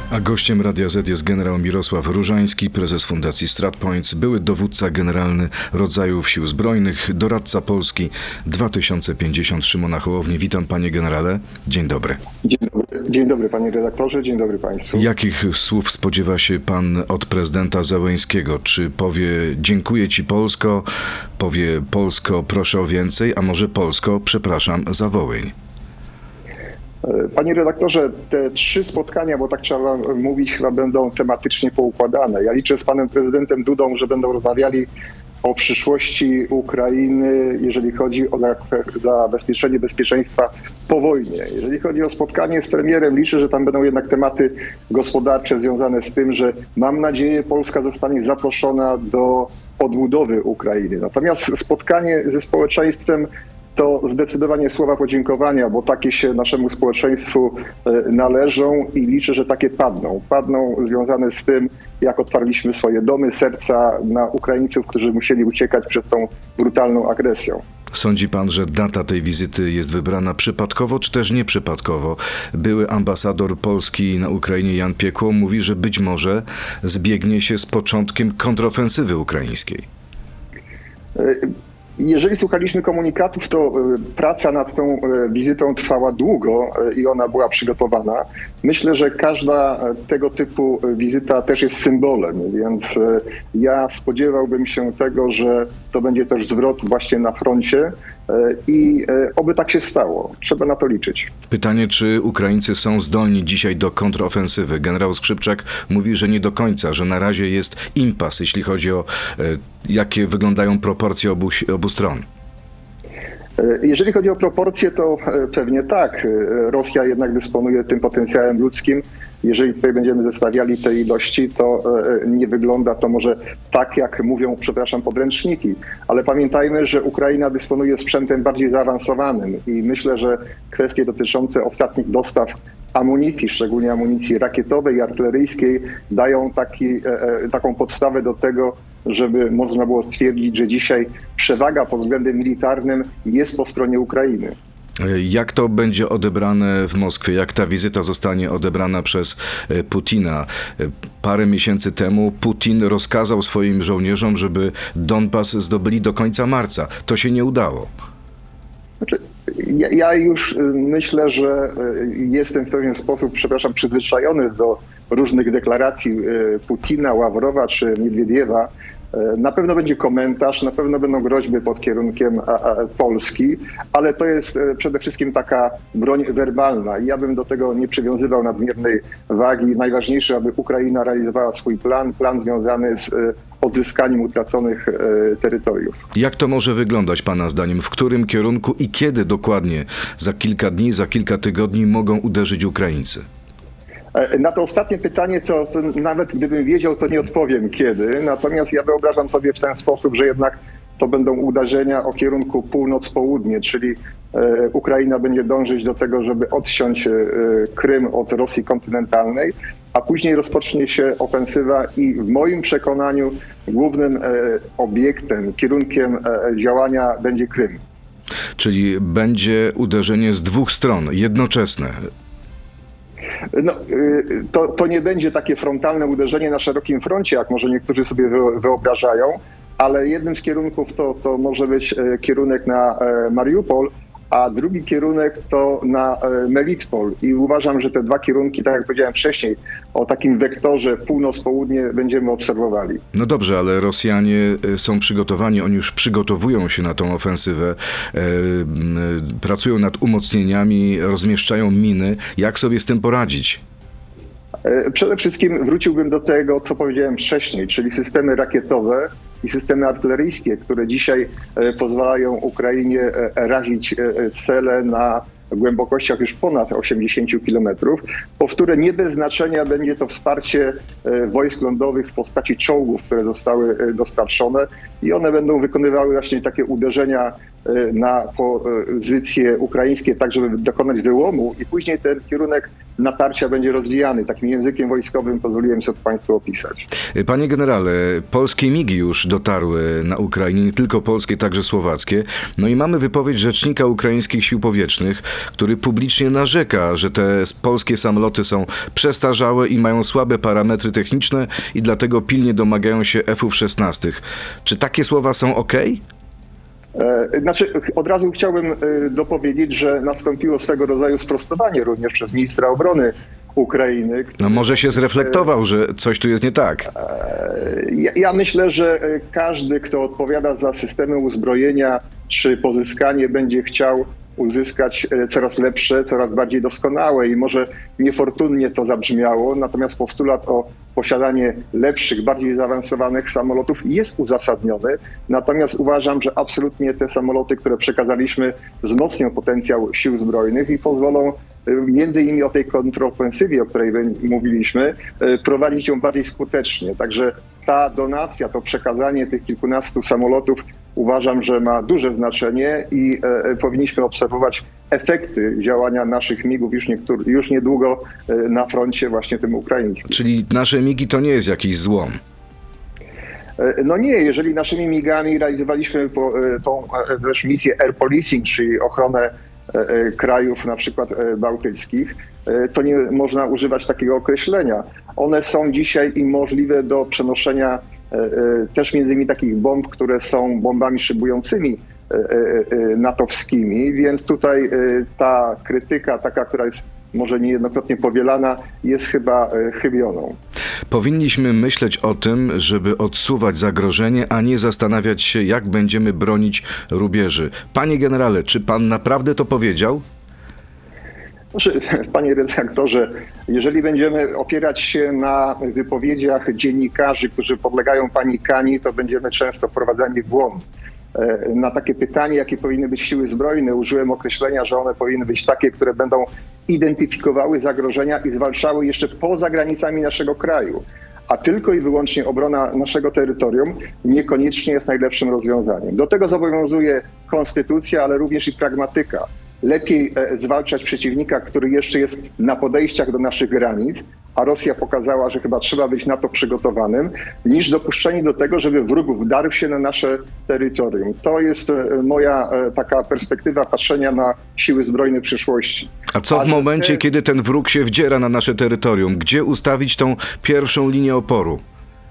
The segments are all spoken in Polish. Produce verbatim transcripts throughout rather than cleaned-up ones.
A gościem Radia Z jest generał Mirosław Różański, prezes Fundacji StratPoints, były dowódca generalny rodzajów Sił Zbrojnych, doradca Polski dwa tysiące pięćdziesiąt Szymona Hołowni. Witam panie generale. Dzień dobry. Dzień dobry, dzień dobry panie redaktorze, dzień dobry państwu. Jakich słów spodziewa się pan od prezydenta Zełenskiego? Czy powie dziękuję ci Polsko, powie Polsko proszę o więcej, a może Polsko przepraszam za Wołyń? Panie redaktorze, te trzy spotkania, bo tak trzeba mówić, chyba będą tematycznie poukładane. Ja liczę z panem prezydentem Dudą, że będą rozmawiali o przyszłości Ukrainy, jeżeli chodzi o zabezpieczenie bezpieczeństwa po wojnie. Jeżeli chodzi o spotkanie z premierem, liczę, że tam będą jednak tematy gospodarcze związane z tym, że mam nadzieję Polska zostanie zaproszona do odbudowy Ukrainy. Natomiast spotkanie ze społeczeństwem to zdecydowanie słowa podziękowania, bo takie się naszemu społeczeństwu należą i liczę, że takie padną. Padną związane z tym, jak otwarliśmy swoje domy, serca na Ukraińców, którzy musieli uciekać przed tą brutalną agresją. Sądzi pan, że data tej wizyty jest wybrana przypadkowo, czy też nieprzypadkowo? Były ambasador Polski na Ukrainie Jan Piekło mówi, że być może zbiegnie się z początkiem kontrofensywy ukraińskiej. Jeżeli słuchaliśmy komunikatów, to praca nad tą wizytą trwała długo i ona była przygotowana. Myślę, że każda tego typu wizyta też jest symbolem, więc ja spodziewałbym się tego, że to będzie też zwrot właśnie na froncie i oby tak się stało. Trzeba na to liczyć. Pytanie, czy Ukraińcy są zdolni dzisiaj do kontrofensywy? Generał Skrzypczak mówi, że nie do końca, że na razie jest impas, jeśli chodzi o jakie wyglądają proporcje obu, obu stron. Jeżeli chodzi o proporcje, to pewnie tak. Rosja jednak dysponuje tym potencjałem ludzkim. Jeżeli tutaj będziemy zestawiali te ilości, to nie wygląda to może tak, jak mówią, przepraszam, podręczniki. Ale pamiętajmy, że Ukraina dysponuje sprzętem bardziej zaawansowanym i myślę, że kwestie dotyczące ostatnich dostaw amunicji, szczególnie amunicji rakietowej i artyleryjskiej, dają taki, taką podstawę do tego, żeby można było stwierdzić, że dzisiaj przewaga pod względem militarnym jest po stronie Ukrainy. Jak to będzie odebrane w Moskwie? Jak ta wizyta zostanie odebrana przez Putina? Parę miesięcy temu Putin rozkazał swoim żołnierzom, żeby Donbas zdobyli do końca marca. To się nie udało. Znaczy, ja, ja już myślę, że jestem w pewien sposób, przepraszam, przyzwyczajony do różnych deklaracji Putina, Ławrowa czy Miedwiediewa. Na pewno będzie komentarz, na pewno będą groźby pod kierunkiem Polski, ale to jest przede wszystkim taka broń werbalna i ja bym do tego nie przywiązywał nadmiernej wagi. Najważniejsze, aby Ukraina realizowała swój plan, plan związany z odzyskaniem utraconych terytoriów. Jak to może wyglądać pana zdaniem? W którym kierunku i kiedy dokładnie za kilka dni, za kilka tygodni mogą uderzyć Ukraińcy? Na to ostatnie pytanie, co nawet gdybym wiedział, to nie odpowiem kiedy. Natomiast ja wyobrażam sobie w ten sposób, że jednak to będą uderzenia o kierunku północ-południe, czyli Ukraina będzie dążyć do tego, żeby odciąć Krym od Rosji kontynentalnej, a później rozpocznie się ofensywa i w moim przekonaniu głównym obiektem, kierunkiem działania będzie Krym. Czyli będzie uderzenie z dwóch stron, jednoczesne. No, to, to nie będzie takie frontalne uderzenie na szerokim froncie, jak może niektórzy sobie wyobrażają, ale jednym z kierunków to, to może być kierunek na Mariupol, a drugi kierunek to na Melitopol. I uważam, że te dwa kierunki, tak jak powiedziałem wcześniej, o takim wektorze północ-południe będziemy obserwowali. No dobrze, ale Rosjanie są przygotowani, oni już przygotowują się na tą ofensywę, e, pracują nad umocnieniami, rozmieszczają miny. Jak sobie z tym poradzić? Przede wszystkim wróciłbym do tego, co powiedziałem wcześniej, czyli systemy rakietowe i systemy artyleryjskie, które dzisiaj pozwalają Ukrainie razić cele na głębokościach już ponad osiemdziesiąt kilometrów. Powtóre, nie bez znaczenia będzie to wsparcie wojsk lądowych w postaci czołgów, które zostały dostarczone i one będą wykonywały właśnie takie uderzenia na pozycje ukraińskie, tak żeby dokonać wyłomu i później ten kierunek natarcia będzie rozwijany. Takim językiem wojskowym pozwoliłem sobie to Państwu opisać. Panie generale, polskie migi już dotarły na Ukrainę, nie tylko polskie, także słowackie. No i mamy wypowiedź rzecznika ukraińskich sił powietrznych, który publicznie narzeka, że te polskie samoloty są przestarzałe i mają słabe parametry techniczne i dlatego pilnie domagają się F szesnaście. Czy takie słowa są okej? Znaczy, od razu chciałbym dopowiedzieć, że nastąpiło swego rodzaju sprostowanie również przez ministra obrony Ukrainy. Który... No może się zreflektował, że coś tu jest nie tak. Ja, ja myślę, że każdy, kto odpowiada za systemy uzbrojenia czy pozyskanie, będzie chciał uzyskać coraz lepsze, coraz bardziej doskonałe i może niefortunnie to zabrzmiało, natomiast postulat o posiadanie lepszych, bardziej zaawansowanych samolotów jest uzasadniony, natomiast uważam, że absolutnie te samoloty, które przekazaliśmy, wzmocnią potencjał sił zbrojnych i pozwolą między innymi o tej kontrofensywie, o której mówiliśmy, prowadzić ją bardziej skutecznie. Także ta donacja, to przekazanie tych kilkunastu samolotów uważam, że ma duże znaczenie i e, powinniśmy obserwować efekty działania naszych migów już, niektóry, już niedługo e, na froncie właśnie tym ukraińskim. Czyli nasze migi to nie jest jakiś złom? E, no nie, jeżeli naszymi migami realizowaliśmy po, e, tą e, też misję air policing, czyli ochronę e, e, krajów na przykład e, bałtyckich, e, to nie można używać takiego określenia. One są dzisiaj i możliwe do przenoszenia też między innymi takich bomb, które są bombami szybującymi natowskimi, więc tutaj ta krytyka, taka, która jest może niejednokrotnie powielana, jest chyba chybioną. Powinniśmy myśleć o tym, żeby odsuwać zagrożenie, a nie zastanawiać się, jak będziemy bronić rubieży. Panie generale, czy pan naprawdę to powiedział? Znaczy, panie redaktorze, jeżeli będziemy opierać się na wypowiedziach dziennikarzy, którzy podlegają panikani, to będziemy często wprowadzani w błąd. Na takie pytanie, jakie powinny być siły zbrojne, użyłem określenia, że one powinny być takie, które będą identyfikowały zagrożenia i zwalczały jeszcze poza granicami naszego kraju. A tylko i wyłącznie obrona naszego terytorium niekoniecznie jest najlepszym rozwiązaniem. Do tego zobowiązuje konstytucja, ale również i pragmatyka. Lepiej zwalczać przeciwnika, który jeszcze jest na podejściach do naszych granic, a Rosja pokazała, że chyba trzeba być na to przygotowanym, niż dopuszczenie do tego, żeby wróg wdarł się na nasze terytorium. To jest moja taka perspektywa patrzenia na siły zbrojne przyszłości. A co w a momencie, te... kiedy ten wróg się wdziera na nasze terytorium? Gdzie ustawić tą pierwszą linię oporu?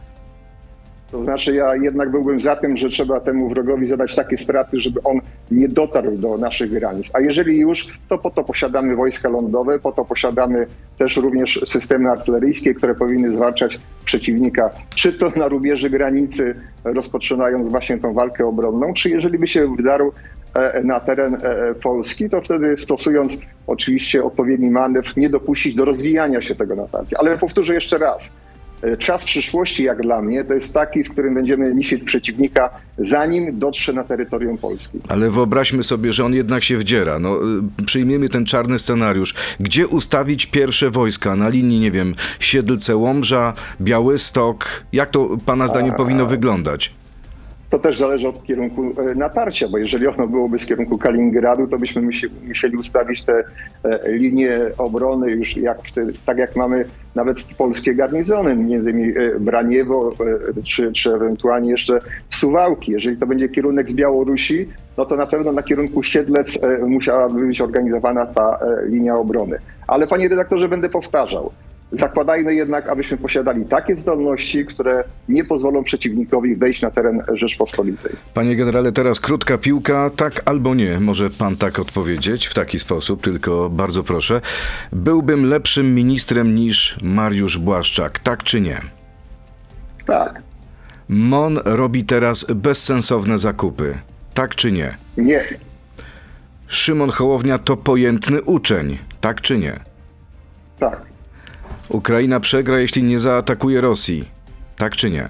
To znaczy ja jednak byłbym za tym, że trzeba temu wrogowi zadać takie straty, żeby on nie dotarł do naszych granic. A jeżeli już, to po to posiadamy wojska lądowe, po to posiadamy też również systemy artyleryjskie, które powinny zwalczać przeciwnika, czy to na rubieży granicy, rozpoczynając właśnie tą walkę obronną, czy jeżeli by się wdarł na teren Polski, to wtedy stosując oczywiście odpowiedni manewr, nie dopuścić do rozwijania się tego natarcia. Ale powtórzę jeszcze raz. Czas przyszłości, jak dla mnie, to jest taki, w którym będziemy niszczyć przeciwnika, zanim dotrze na terytorium Polski. Ale wyobraźmy sobie, że on jednak się wdziera. No, przyjmiemy ten czarny scenariusz. Gdzie ustawić pierwsze wojska? Na linii, nie wiem, Siedlce-Łomża, Białystok? Jak to pana zdaniem A... powinno wyglądać? To też zależy od kierunku natarcia, bo jeżeli ono byłoby z kierunku Kaliningradu, to byśmy musieli ustawić te linie obrony już jak, tak jak mamy nawet polskie garnizony, między innymi Braniewo czy, czy ewentualnie jeszcze Suwałki. Jeżeli to będzie kierunek z Białorusi, no to na pewno na kierunku Siedlec musiałaby być organizowana ta linia obrony. Ale panie redaktorze, będę powtarzał. Zakładajmy jednak, abyśmy posiadali takie zdolności, które nie pozwolą przeciwnikowi wejść na teren Rzeczpospolitej. Panie generale, teraz krótka piłka, tak albo nie. Może pan tak odpowiedzieć w taki sposób, tylko bardzo proszę. Byłbym lepszym ministrem niż Mariusz Błaszczak, tak czy nie? Tak. M O N robi teraz bezsensowne zakupy, tak czy nie? Nie. Szymon Hołownia to pojętny uczeń, tak czy nie? Tak. Ukraina przegra, jeśli nie zaatakuje Rosji. Tak czy nie?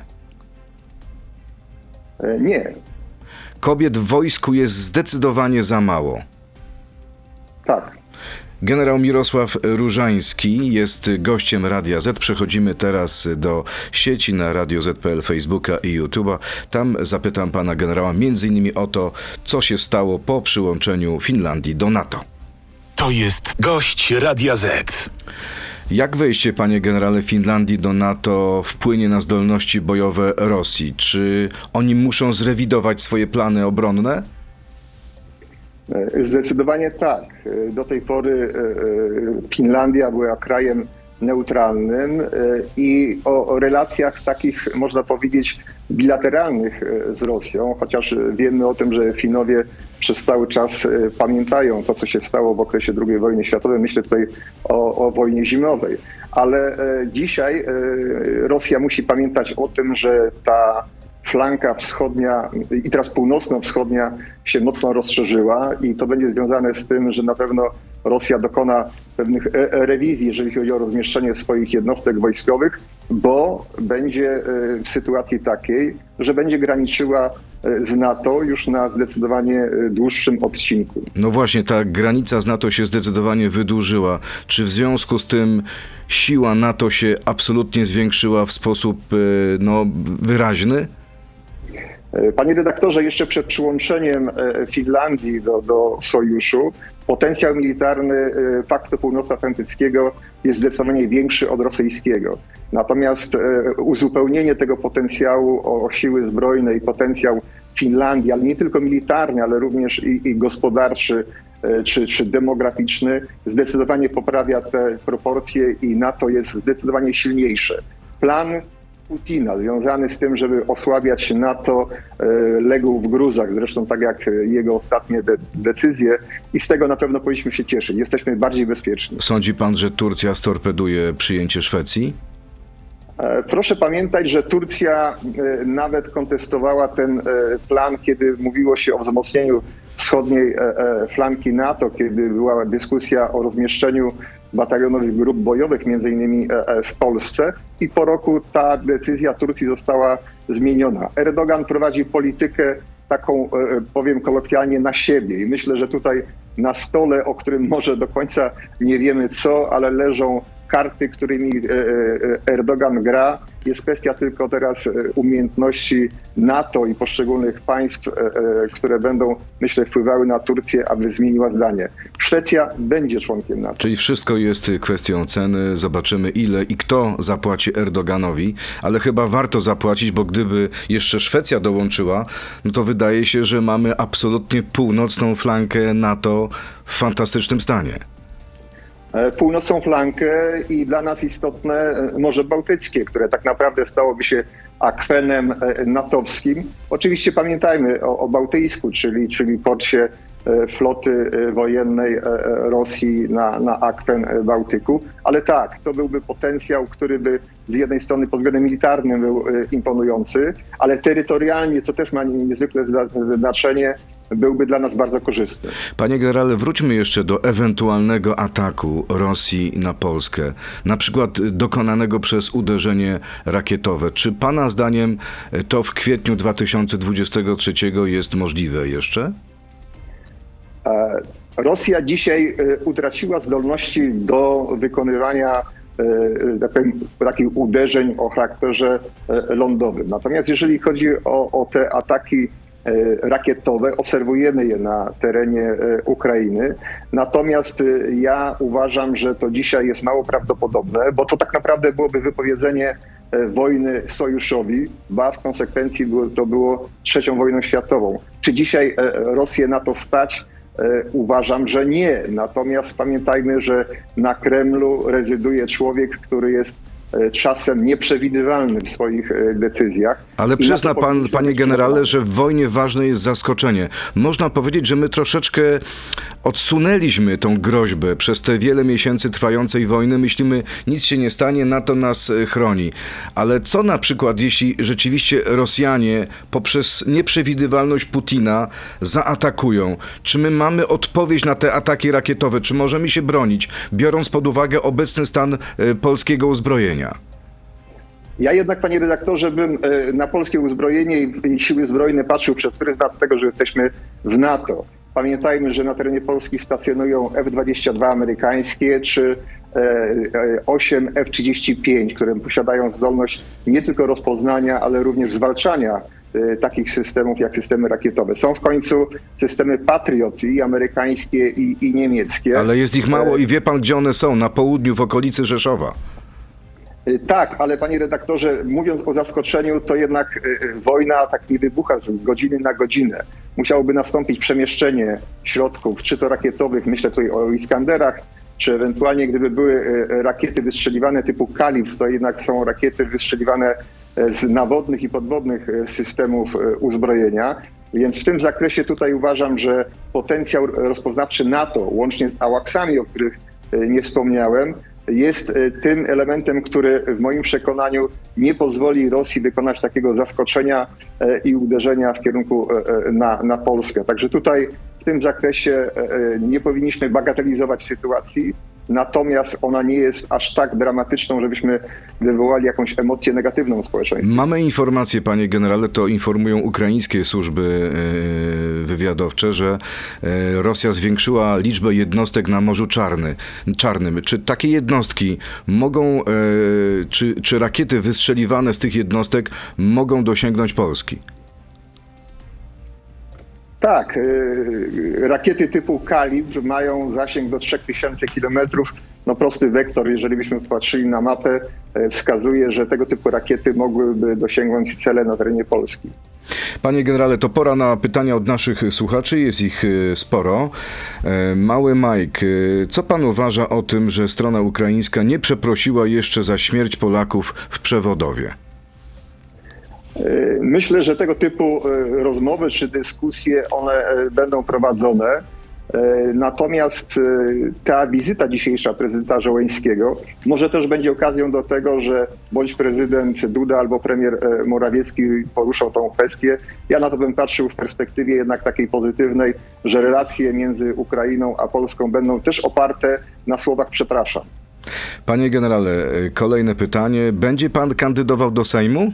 Nie. Kobiet w wojsku jest zdecydowanie za mało. Tak. Generał Mirosław Różański jest gościem Radia Z. Przechodzimy teraz do sieci na Radio Z kropka pe el, Facebooka i YouTube'a. Tam zapytam pana generała między innymi o to, co się stało po przyłączeniu Finlandii do NATO. To jest gość Radia Z. Jak wejście, panie generale, Finlandii do NATO wpłynie na zdolności bojowe Rosji? Czy oni muszą zrewidować swoje plany obronne? Zdecydowanie tak. Do tej pory Finlandia była krajem neutralnym i o relacjach takich, można powiedzieć, bilateralnych z Rosją, chociaż wiemy o tym, że Finowie przez cały czas pamiętają to, co się stało w okresie drugiej wojny światowej. Myślę tutaj o, o wojnie zimowej. Ale dzisiaj Rosja musi pamiętać o tym, że ta flanka wschodnia i teraz północno-wschodnia się mocno rozszerzyła i to będzie związane z tym, że na pewno Rosja dokona pewnych rewizji, jeżeli chodzi o rozmieszczenie swoich jednostek wojskowych, bo będzie w sytuacji takiej, że będzie graniczyła z NATO już na zdecydowanie dłuższym odcinku. No właśnie, ta granica z NATO się zdecydowanie wydłużyła. Czy w związku z tym siła NATO się absolutnie zwiększyła w sposób no, wyraźny? Panie redaktorze, jeszcze przed przyłączeniem Finlandii do, do sojuszu potencjał militarny Paktu Północnoatlantyckiego jest zdecydowanie większy od rosyjskiego. Natomiast uzupełnienie tego potencjału o siły zbrojne i potencjał Finlandii, ale nie tylko militarny, ale również i, i gospodarczy czy, czy demograficzny, zdecydowanie poprawia te proporcje i NATO jest zdecydowanie silniejsze. Plan Putina związany z tym, żeby osłabiać NATO, legł w gruzach, zresztą tak jak jego ostatnie de- decyzje i z tego na pewno powinniśmy się cieszyć. Jesteśmy bardziej bezpieczni. Sądzi pan, że Turcja storpeduje przyjęcie Szwecji? Proszę pamiętać, że Turcja nawet kontestowała ten plan, kiedy mówiło się o wzmocnieniu wschodniej flanki NATO, kiedy była dyskusja o rozmieszczeniu batalionowych grup bojowych, między innymi w Polsce, i po roku ta decyzja Turcji została zmieniona. Erdogan prowadzi politykę taką, powiem kolokwialnie, na siebie i myślę, że tutaj na stole, o którym może do końca nie wiemy co, ale leżą karty, którymi Erdogan gra. Jest kwestia tylko teraz umiejętności NATO i poszczególnych państw, które będą, myślę, wpływały na Turcję, aby zmieniła zdanie. Szwecja będzie członkiem NATO. Czyli wszystko jest kwestią ceny. Zobaczymy, ile i kto zapłaci Erdoganowi, ale chyba warto zapłacić, bo gdyby jeszcze Szwecja dołączyła, no to wydaje się, że mamy absolutnie północną flankę NATO w fantastycznym stanie. Północną flankę i dla nas istotne Morze Bałtyckie, które tak naprawdę stałoby się akwenem natowskim. Oczywiście pamiętajmy o, o Bałtyjsku, czyli, czyli porcie floty wojennej Rosji na, na akwen Bałtyku, ale tak, to byłby potencjał, który by z jednej strony pod względem militarnym był imponujący, ale terytorialnie, co też ma niezwykle znaczenie, byłby dla nas bardzo korzystny. Panie generale, wróćmy jeszcze do ewentualnego ataku Rosji na Polskę, na przykład dokonanego przez uderzenie rakietowe. Czy pana zdaniem to w kwietniu dwa tysiące dwudziestego trzeciego jest możliwe jeszcze? Rosja dzisiaj utraciła zdolności do wykonywania takich uderzeń o charakterze lądowym. Natomiast jeżeli chodzi o, o te ataki rakietowe, obserwujemy je na terenie Ukrainy. Natomiast ja uważam, że to dzisiaj jest mało prawdopodobne, bo to tak naprawdę byłoby wypowiedzenie wojny sojuszowi, ba w konsekwencji było, to było trzecią wojną światową. Czy dzisiaj Rosję na to stać? Uważam, że nie. Natomiast pamiętajmy, że na Kremlu rezyduje człowiek, który jest czasem nieprzewidywalny w swoich decyzjach. Ale przyzna pan, panie generale, że w wojnie ważne jest zaskoczenie. Można powiedzieć, że my troszeczkę odsunęliśmy tą groźbę przez te wiele miesięcy trwającej wojny. Myślimy, nic się nie stanie, NATO nas chroni. Ale co na przykład, jeśli rzeczywiście Rosjanie poprzez nieprzewidywalność Putina zaatakują? Czy my mamy odpowiedź na te ataki rakietowe? Czy możemy się bronić, biorąc pod uwagę obecny stan polskiego uzbrojenia? Ja jednak, panie redaktorze, bym na polskie uzbrojenie i siły zbrojne patrzył przez pryzmat tego, że jesteśmy w NATO. Pamiętajmy, że na terenie Polski stacjonują F dwadzieścia dwa amerykańskie czy osiem F trzydzieści pięć, które posiadają zdolność nie tylko rozpoznania, ale również zwalczania takich systemów jak systemy rakietowe. Są w końcu systemy Patriot i amerykańskie i, i niemieckie. Ale jest ich mało i wie pan, gdzie one są? Na południu, w okolicy Rzeszowa. Tak, ale panie redaktorze, mówiąc o zaskoczeniu, to jednak wojna tak nie wybucha z godziny na godzinę. Musiałoby nastąpić przemieszczenie środków, czy to rakietowych, myślę tutaj o Iskanderach, czy ewentualnie gdyby były rakiety wystrzeliwane typu Kalibr, to jednak są rakiety wystrzeliwane z nawodnych i podwodnych systemów uzbrojenia. Więc w tym zakresie tutaj uważam, że potencjał rozpoznawczy NATO, łącznie z AWACS-ami, o których nie wspomniałem, jest tym elementem, który w moim przekonaniu nie pozwoli Rosji wykonać takiego zaskoczenia i uderzenia w kierunku na, na Polskę. Także tutaj w tym zakresie nie powinniśmy bagatelizować sytuacji, natomiast ona nie jest aż tak dramatyczną, żebyśmy wywołali jakąś emocję negatywną w społeczeństwie. Mamy informacje, panie generale, to informują ukraińskie służby wywiadowcze, że Rosja zwiększyła liczbę jednostek na Morzu Czarny, Czarnym. Czy takie jednostki mogą, czy, czy rakiety wystrzeliwane z tych jednostek mogą dosięgnąć Polski? Tak, rakiety typu Kalibr mają zasięg do trzech tysięcy kilometrów. No prosty wektor, jeżeli byśmy patrzyli na mapę, wskazuje, że tego typu rakiety mogłyby dosięgnąć cele na terenie Polski. Panie generale, to pora na pytania od naszych słuchaczy, jest ich sporo. Mały Mike, co pan uważa o tym, że strona ukraińska nie przeprosiła jeszcze za śmierć Polaków w Przewodowie? Myślę, że tego typu rozmowy czy dyskusje, one będą prowadzone. Natomiast ta wizyta dzisiejsza prezydenta Żołańskiego może też będzie okazją do tego, że bądź prezydent Duda albo premier Morawiecki poruszą tą kwestię. Ja na to bym patrzył w perspektywie jednak takiej pozytywnej, że relacje między Ukrainą a Polską będą też oparte na słowach przepraszam. Panie generale, kolejne pytanie. Będzie pan kandydował do Sejmu?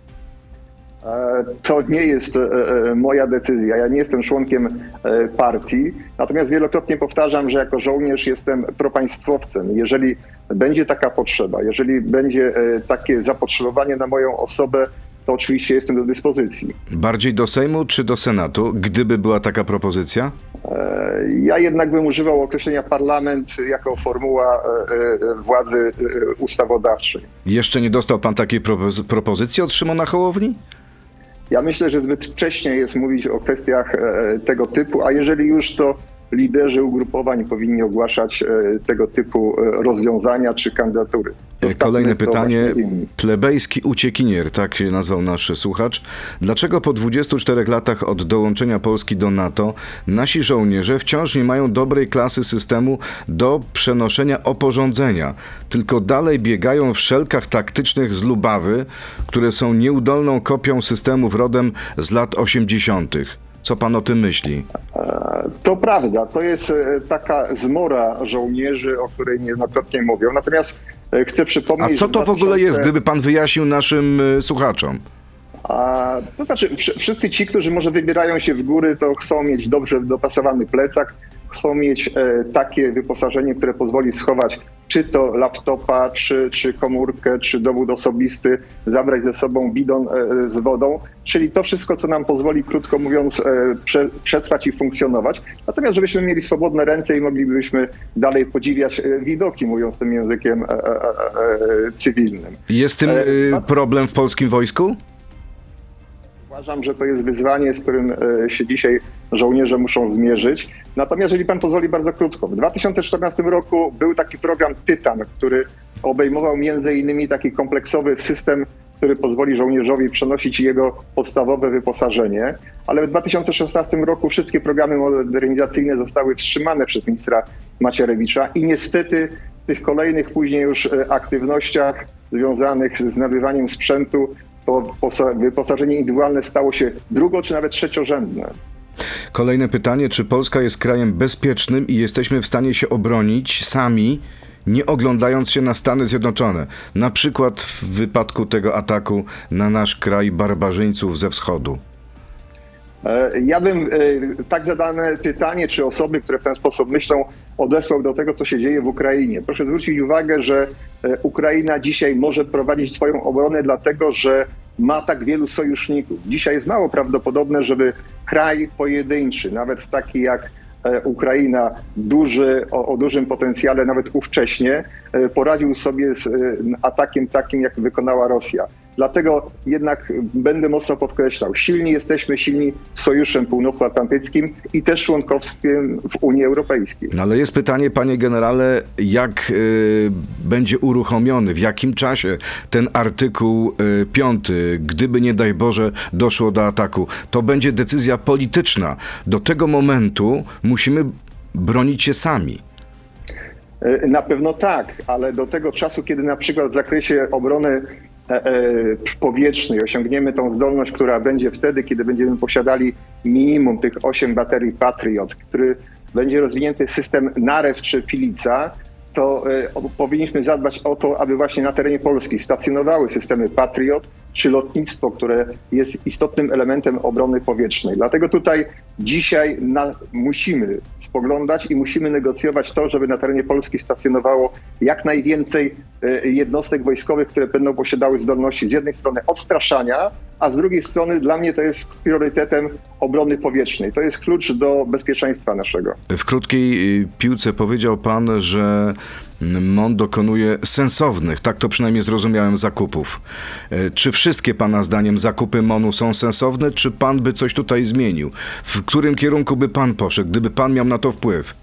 To nie jest moja decyzja. Ja nie jestem członkiem partii, natomiast wielokrotnie powtarzam, że jako żołnierz jestem propaństwowcem. Jeżeli będzie taka potrzeba, jeżeli będzie takie zapotrzebowanie na moją osobę, to oczywiście jestem do dyspozycji. Bardziej do Sejmu czy do Senatu, gdyby była taka propozycja? Ja jednak bym używał określenia parlament jako formuła władzy ustawodawczej. Jeszcze nie dostał pan takiej propozy- propozycji od Szymona Hołowni? Ja myślę, że zbyt wcześnie jest mówić o kwestiach tego typu, a jeżeli już, to liderzy ugrupowań powinni ogłaszać tego typu rozwiązania czy kandydatury. Kolejne pytanie. Plebejski uciekinier, tak nazwał nasz słuchacz. Dlaczego po dwudziestu czterech latach od dołączenia Polski do NATO nasi żołnierze wciąż nie mają dobrej klasy systemu do przenoszenia oporządzenia, tylko dalej biegają w szelkach taktycznych z Lubawy, które są nieudolną kopią systemów rodem z lat osiemdziesiątych? Co pan o tym myśli? To prawda, to jest taka zmora żołnierzy, o której niejednokrotnie mówią. Natomiast chcę przypomnieć... A co to w ogóle jest, gdyby pan wyjaśnił naszym słuchaczom? A, to znaczy, wszyscy ci, którzy może wybierają się w góry, to chcą mieć dobrze dopasowany plecak, chcą mieć e, takie wyposażenie, które pozwoli schować czy to laptopa, czy, czy komórkę, czy dowód osobisty, zabrać ze sobą bidon e, z wodą, czyli to wszystko, co nam pozwoli, krótko mówiąc, e, prze, przetrwać i funkcjonować. Natomiast żebyśmy mieli swobodne ręce i moglibyśmy dalej podziwiać e, widoki, mówiąc tym językiem e, e, e, cywilnym. Jest tym e, problem w polskim wojsku? Uważam, że to jest wyzwanie, z którym się dzisiaj żołnierze muszą zmierzyć. Natomiast jeżeli pan pozwoli bardzo krótko, w dwa tysiące czternastym roku był taki program Tytan, który obejmował między innymi taki kompleksowy system, który pozwoli żołnierzowi przenosić jego podstawowe wyposażenie, ale w dwa tysiące szesnastym roku wszystkie programy modernizacyjne zostały wstrzymane przez ministra Macierewicza i niestety w tych kolejnych później już aktywnościach związanych z nabywaniem sprzętu to wyposażenie indywidualne stało się drugo- czy nawet trzeciorzędne. Kolejne pytanie, czy Polska jest krajem bezpiecznym i jesteśmy w stanie się obronić sami, nie oglądając się na Stany Zjednoczone? Na przykład w wypadku tego ataku na nasz kraj barbarzyńców ze wschodu. Ja bym tak zadane pytanie, czy osoby, które w ten sposób myślą, odesłał do tego, co się dzieje w Ukrainie. Proszę zwrócić uwagę, że Ukraina dzisiaj może prowadzić swoją obronę dlatego, że ma tak wielu sojuszników. Dzisiaj jest mało prawdopodobne, żeby kraj pojedynczy, nawet taki jak Ukraina, duży, o, o dużym potencjale, nawet ówcześnie, poradził sobie z atakiem takim, jak wykonała Rosja. Dlatego jednak będę mocno podkreślał, silni jesteśmy, silni Sojuszem Północnoatlantyckim i też członkowstwem w Unii Europejskiej. No ale jest pytanie, panie generale, jak y, będzie uruchomiony, w jakim czasie ten artykuł y, piąty, gdyby nie daj Boże doszło do ataku. To będzie decyzja polityczna. Do tego momentu musimy bronić się sami. Na pewno tak, ale do tego czasu, kiedy na przykład w zakresie obrony powietrznej osiągniemy tą zdolność, która będzie wtedy, kiedy będziemy posiadali minimum tych osiem baterii Patriot, który będzie rozwinięty system Narew czy Pilica, to powinniśmy zadbać o to, aby właśnie na terenie Polski stacjonowały systemy Patriot czy lotnictwo, które jest istotnym elementem obrony powietrznej. Dlatego tutaj dzisiaj na, musimy spoglądać i musimy negocjować to, żeby na terenie Polski stacjonowało jak najwięcej jednostek wojskowych, które będą posiadały zdolności z jednej strony odstraszania, a z drugiej strony dla mnie to jest priorytetem obrony powietrznej. To jest klucz do bezpieczeństwa naszego. W krótkiej piłce powiedział pan, że M O N dokonuje sensownych, tak to przynajmniej zrozumiałem, zakupów. Czy wszystkie pana zdaniem zakupy M O N-u są sensowne, czy pan by coś tutaj zmienił? W którym kierunku by pan poszedł, gdyby pan miał na to wpływ?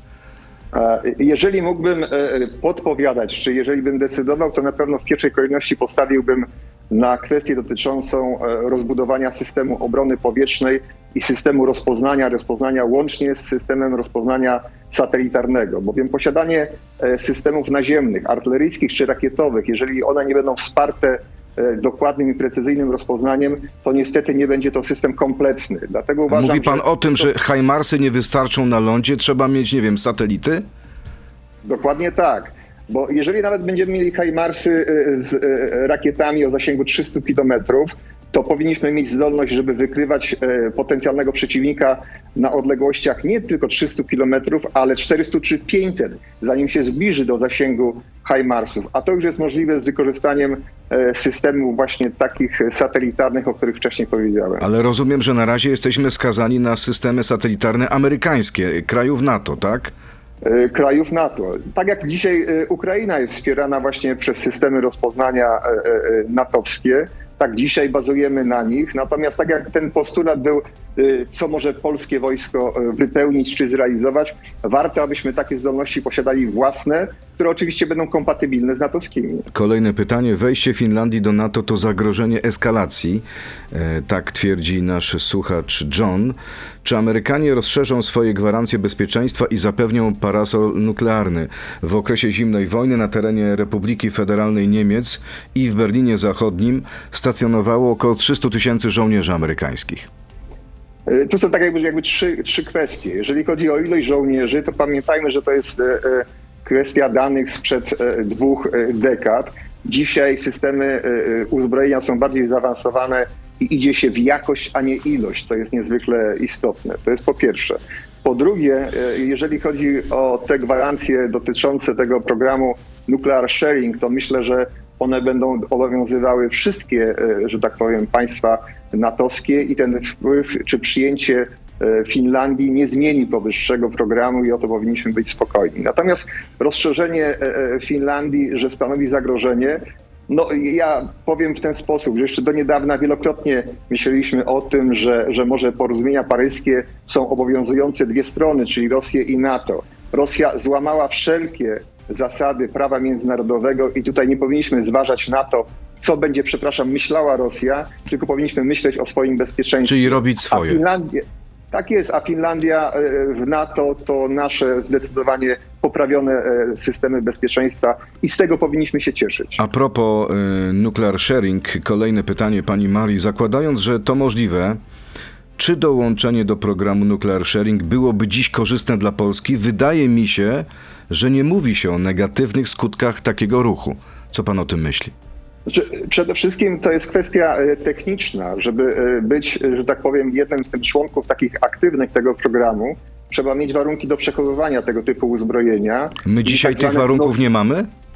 Jeżeli mógłbym podpowiadać, czy jeżeli bym decydował, to na pewno w pierwszej kolejności postawiłbym na kwestię dotyczącą rozbudowania systemu obrony powietrznej i systemu rozpoznania, rozpoznania łącznie z systemem rozpoznania satelitarnego, bowiem posiadanie systemów naziemnych, artyleryjskich czy rakietowych, jeżeli one nie będą wsparte dokładnym i precyzyjnym rozpoznaniem, to niestety nie będzie to system kompletny. Dlatego uważam, Mówi pan że o tym, to... że Hajmarsy nie wystarczą na lądzie, trzeba mieć, nie wiem, satelity? Dokładnie tak. Bo jeżeli nawet będziemy mieli Hajmarsy z rakietami o zasięgu trzystu kilometrów, to powinniśmy mieć zdolność, żeby wykrywać potencjalnego przeciwnika na odległościach nie tylko trzystu kilometrów, ale czterysta czy pięćset, zanim się zbliży do zasięgu Hajmarsów. A to już jest możliwe z wykorzystaniem systemów właśnie takich satelitarnych, o których wcześniej powiedziałem. Ale rozumiem, że na razie jesteśmy skazani na systemy satelitarne amerykańskie, krajów NATO, tak? Krajów NATO. Tak jak dzisiaj Ukraina jest wspierana właśnie przez systemy rozpoznania natowskie, tak dzisiaj bazujemy na nich. Natomiast tak jak ten postulat był, co może polskie wojsko wypełnić czy zrealizować, warto, abyśmy takie zdolności posiadali własne, które oczywiście będą kompatybilne z natowskimi. Kolejne pytanie. Wejście Finlandii do NATO to zagrożenie eskalacji, tak twierdzi nasz słuchacz John. Czy Amerykanie rozszerzą swoje gwarancje bezpieczeństwa i zapewnią parasol nuklearny? W okresie zimnej wojny na terenie Republiki Federalnej Niemiec i w Berlinie Zachodnim stacjonowało około trzysta tysięcy żołnierzy amerykańskich. Tu są tak jakby, jakby trzy, trzy kwestie. Jeżeli chodzi o ilość żołnierzy, to pamiętajmy, że to jest kwestia danych sprzed dwóch dekad. Dzisiaj systemy uzbrojenia są bardziej zaawansowane i idzie się w jakość, a nie ilość, co jest niezwykle istotne. To jest po pierwsze. Po drugie, jeżeli chodzi o te gwarancje dotyczące tego programu Nuclear Sharing, to myślę, że one będą obowiązywały wszystkie, że tak powiem, państwa natowskie i ten wpływ czy przyjęcie Finlandii nie zmieni powyższego programu i o to powinniśmy być spokojni. Natomiast rozszerzenie Finlandii, że stanowi zagrożenie, no ja powiem w ten sposób, że jeszcze do niedawna wielokrotnie myśleliśmy o tym, że, że może porozumienia paryskie są obowiązujące dwie strony, czyli Rosję i NATO. Rosja złamała wszelkie zasady prawa międzynarodowego i tutaj nie powinniśmy zważać na to, co będzie, przepraszam, myślała Rosja, tylko powinniśmy myśleć o swoim bezpieczeństwie. Czyli robić swoje. A Finlandia, tak jest, a Finlandia w NATO to nasze zdecydowanie poprawione systemy bezpieczeństwa i z tego powinniśmy się cieszyć. A propos y, nuclear sharing, kolejne pytanie pani Marii. Zakładając, że to możliwe, czy dołączenie do programu nuclear sharing byłoby dziś korzystne dla Polski? Wydaje mi się, że nie mówi się o negatywnych skutkach takiego ruchu. Co pan o tym myśli? Znaczy, przede wszystkim to jest kwestia techniczna. Żeby być, że tak powiem, jednym z tych członków takich aktywnych tego programu, trzeba mieć warunki do przechowywania tego typu uzbrojenia. My dzisiaj tak tych zwane, warunków no, nie mamy?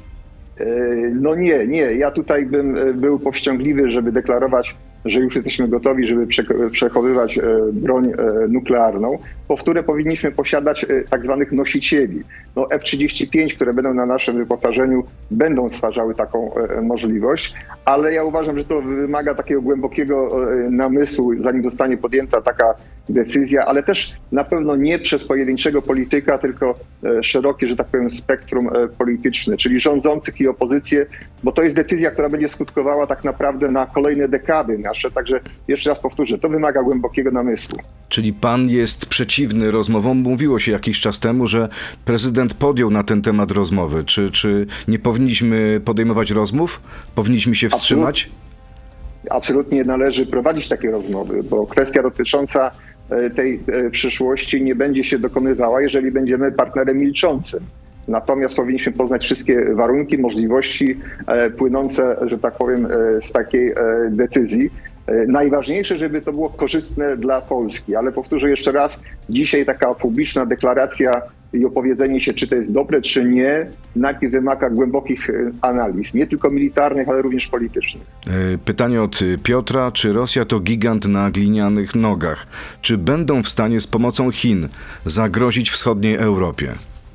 No nie, nie. Ja tutaj bym był powściągliwy, żeby deklarować, że już jesteśmy gotowi, żeby przechowywać broń nuklearną. Powtórę powinniśmy posiadać tak zwanych nosicieli. No F trzydzieści pięć, które będą na naszym wyposażeniu, będą stwarzały taką możliwość, ale ja uważam, że to wymaga takiego głębokiego namysłu, zanim zostanie podjęta taka decyzja, ale też na pewno nie przez pojedynczego polityka, tylko szerokie, że tak powiem, spektrum polityczne, czyli rządzących i opozycję, bo to jest decyzja, która będzie skutkowała tak naprawdę na kolejne dekady nasze. Także jeszcze raz powtórzę, to wymaga głębokiego namysłu. Czyli pan jest przeciwny rozmowom? Mówiło się jakiś czas temu, że prezydent podjął na ten temat rozmowy. Czy, czy nie powinniśmy podejmować rozmów? Powinniśmy się wstrzymać? Absolutnie, absolutnie należy prowadzić takie rozmowy, bo kwestia dotycząca tej przyszłości nie będzie się dokonywała, jeżeli będziemy partnerem milczącym. Natomiast powinniśmy poznać wszystkie warunki, możliwości płynące, że tak powiem, z takiej decyzji. Najważniejsze, żeby to było korzystne dla Polski, ale powtórzę jeszcze raz, dzisiaj taka publiczna deklaracja i opowiedzenie się, czy to jest dobre, czy nie, najpierw wymaga głębokich analiz, nie tylko militarnych, ale również politycznych. Pytanie od Piotra, czy Rosja to gigant na glinianych nogach? Czy będą w stanie z pomocą Chin zagrozić wschodniej Europie?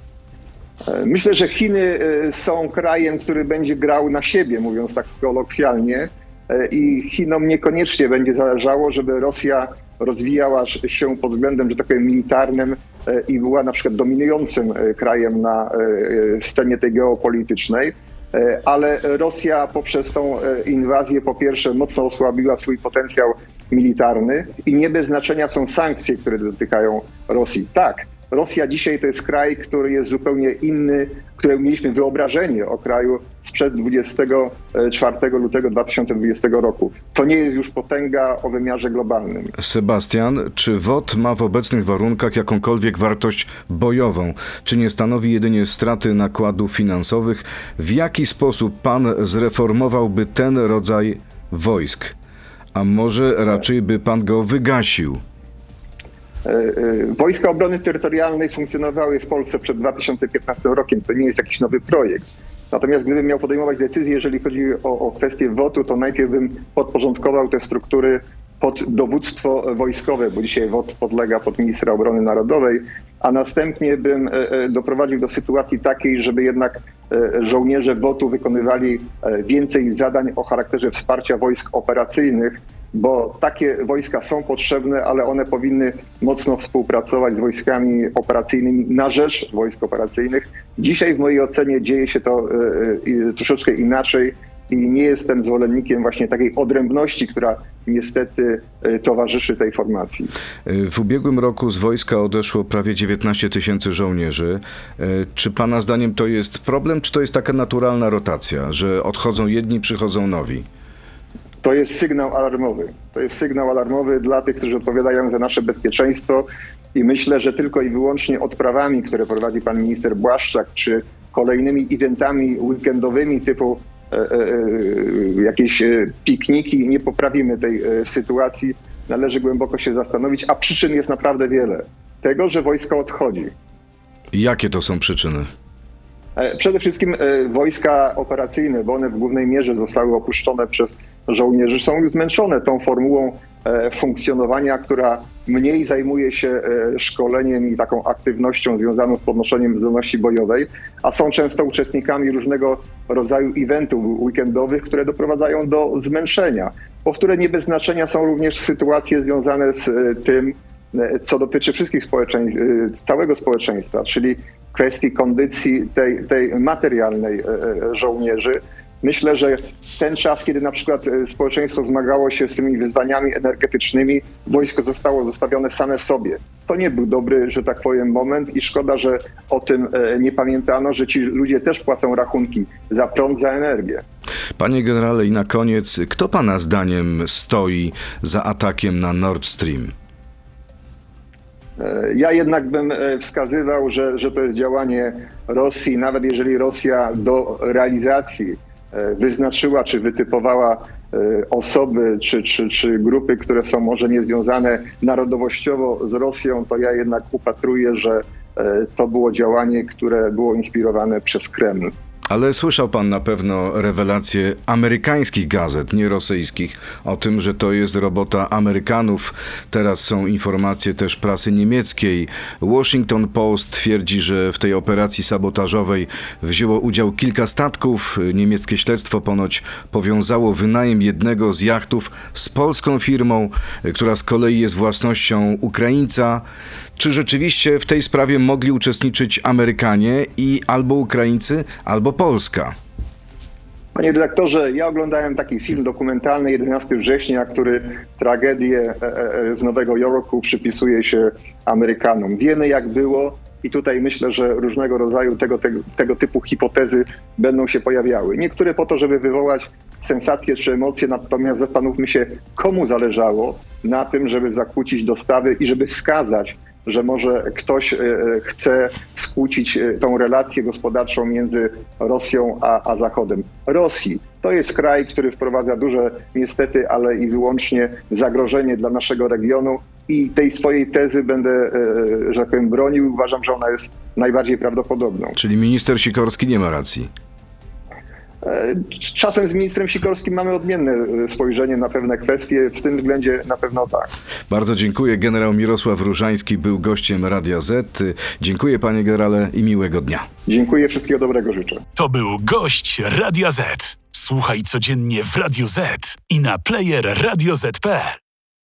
Myślę, że Chiny są krajem, który będzie grał na siebie, mówiąc tak kolokwialnie, i Chinom niekoniecznie będzie zależało, żeby Rosja rozwijała się pod względem, że tak powiem, militarnym i była na przykład dominującym krajem na scenie tej geopolitycznej, ale Rosja poprzez tą inwazję po pierwsze mocno osłabiła swój potencjał militarny i nie bez znaczenia są sankcje, które dotykają Rosji. Tak, Rosja dzisiaj to jest kraj, który jest zupełnie inny, które mieliśmy wyobrażenie o kraju sprzed dwudziestego czwartego lutego dwa tysiące dwudziestego roku. To nie jest już potęga o wymiarze globalnym. Sebastian, czy W O T ma w obecnych warunkach jakąkolwiek wartość bojową? Czy nie stanowi jedynie straty nakładów finansowych? W jaki sposób pan zreformowałby ten rodzaj wojsk? A może raczej by pan go wygasił? Wojska Obrony Terytorialnej funkcjonowały w Polsce przed dwa tysiące piętnastym rokiem. To nie jest jakiś nowy projekt. Natomiast gdybym miał podejmować decyzję, jeżeli chodzi o, o kwestię W O T u, to najpierw bym podporządkował te struktury pod dowództwo wojskowe, bo dzisiaj W O T podlega pod ministra obrony narodowej, a następnie bym doprowadził do sytuacji takiej, żeby jednak żołnierze W O T u wykonywali więcej zadań o charakterze wsparcia wojsk operacyjnych, bo takie wojska są potrzebne, ale one powinny mocno współpracować z wojskami operacyjnymi na rzecz wojsk operacyjnych. Dzisiaj w mojej ocenie dzieje się to troszeczkę inaczej i nie jestem zwolennikiem właśnie takiej odrębności, która niestety towarzyszy tej formacji. W ubiegłym roku z wojska odeszło prawie dziewiętnaście tysięcy żołnierzy. Czy pana zdaniem to jest problem, czy to jest taka naturalna rotacja, że odchodzą jedni, przychodzą nowi? To jest sygnał alarmowy. To jest sygnał alarmowy dla tych, którzy odpowiadają za nasze bezpieczeństwo i myślę, że tylko i wyłącznie odprawami, które prowadzi pan minister Błaszczak, czy kolejnymi eventami weekendowymi typu e, e, jakieś pikniki nie poprawimy tej e, sytuacji. Należy głęboko się zastanowić, a przyczyn jest naprawdę wiele. Tego, że wojsko odchodzi. Jakie to są przyczyny? Przede wszystkim wojska operacyjne, bo one w głównej mierze zostały opuszczone przez żołnierzy, są już zmęczone tą formułą funkcjonowania, która mniej zajmuje się szkoleniem i taką aktywnością związaną z podnoszeniem zdolności bojowej, a są często uczestnikami różnego rodzaju eventów weekendowych, które doprowadzają do zmęczenia. Powtóre nie bez znaczenia są również sytuacje związane z tym, co dotyczy wszystkich społeczeństw, całego społeczeństwa, czyli kwestii kondycji tej, tej materialnej żołnierzy. Myślę, że ten czas, kiedy na przykład społeczeństwo zmagało się z tymi wyzwaniami energetycznymi, wojsko zostało zostawione same sobie. To nie był dobry, że tak powiem, moment i szkoda, że o tym nie pamiętano, że ci ludzie też płacą rachunki za prąd, za energię. Panie generale, i na koniec, kto pana zdaniem stoi za atakiem na Nord Stream? Ja jednak bym wskazywał, że, że to jest działanie Rosji, nawet jeżeli Rosja do realizacji wyznaczyła czy wytypowała osoby czy, czy, czy grupy, które są może niezwiązane narodowościowo z Rosją, to ja jednak upatruję, że to było działanie, które było inspirowane przez Kreml. Ale słyszał pan na pewno rewelacje amerykańskich gazet, nie rosyjskich, o tym, że to jest robota Amerykanów. Teraz są informacje też prasy niemieckiej. Washington Post twierdzi, że w tej operacji sabotażowej wzięło udział kilka statków. Niemieckie śledztwo ponoć powiązało wynajem jednego z jachtów z polską firmą, która z kolei jest własnością Ukraińca. Czy rzeczywiście w tej sprawie mogli uczestniczyć Amerykanie i albo Ukraińcy, albo Polska? Panie redaktorze, ja oglądałem taki film dokumentalny jedenastego września, który tragedię z Nowego Jorku przypisuje się Amerykanom. Wiemy, jak było i tutaj myślę, że różnego rodzaju tego, tego, tego typu hipotezy będą się pojawiały. Niektóre po to, żeby wywołać sensację czy emocje, natomiast zastanówmy się, komu zależało na tym, żeby zakłócić dostawy i żeby wskazać, że może ktoś chce skłócić tą relację gospodarczą między Rosją a, a Zachodem. Rosji. To jest kraj, który wprowadza duże, niestety, ale i wyłącznie zagrożenie dla naszego regionu i tej swojej tezy będę, że tak powiem, bronił. Uważam, że ona jest najbardziej prawdopodobną. Czyli minister Sikorski nie ma racji. Czasem z ministrem Sikorskim mamy odmienne spojrzenie na pewne kwestie, w tym względzie na pewno tak. Bardzo dziękuję. Generał Mirosław Różański był gościem Radia Z. Dziękuję panie generale i miłego dnia. Dziękuję, wszystkiego dobrego życzę. To był gość Radia Z. Słuchaj codziennie w Radio Z i na player radio zet kropka pe el.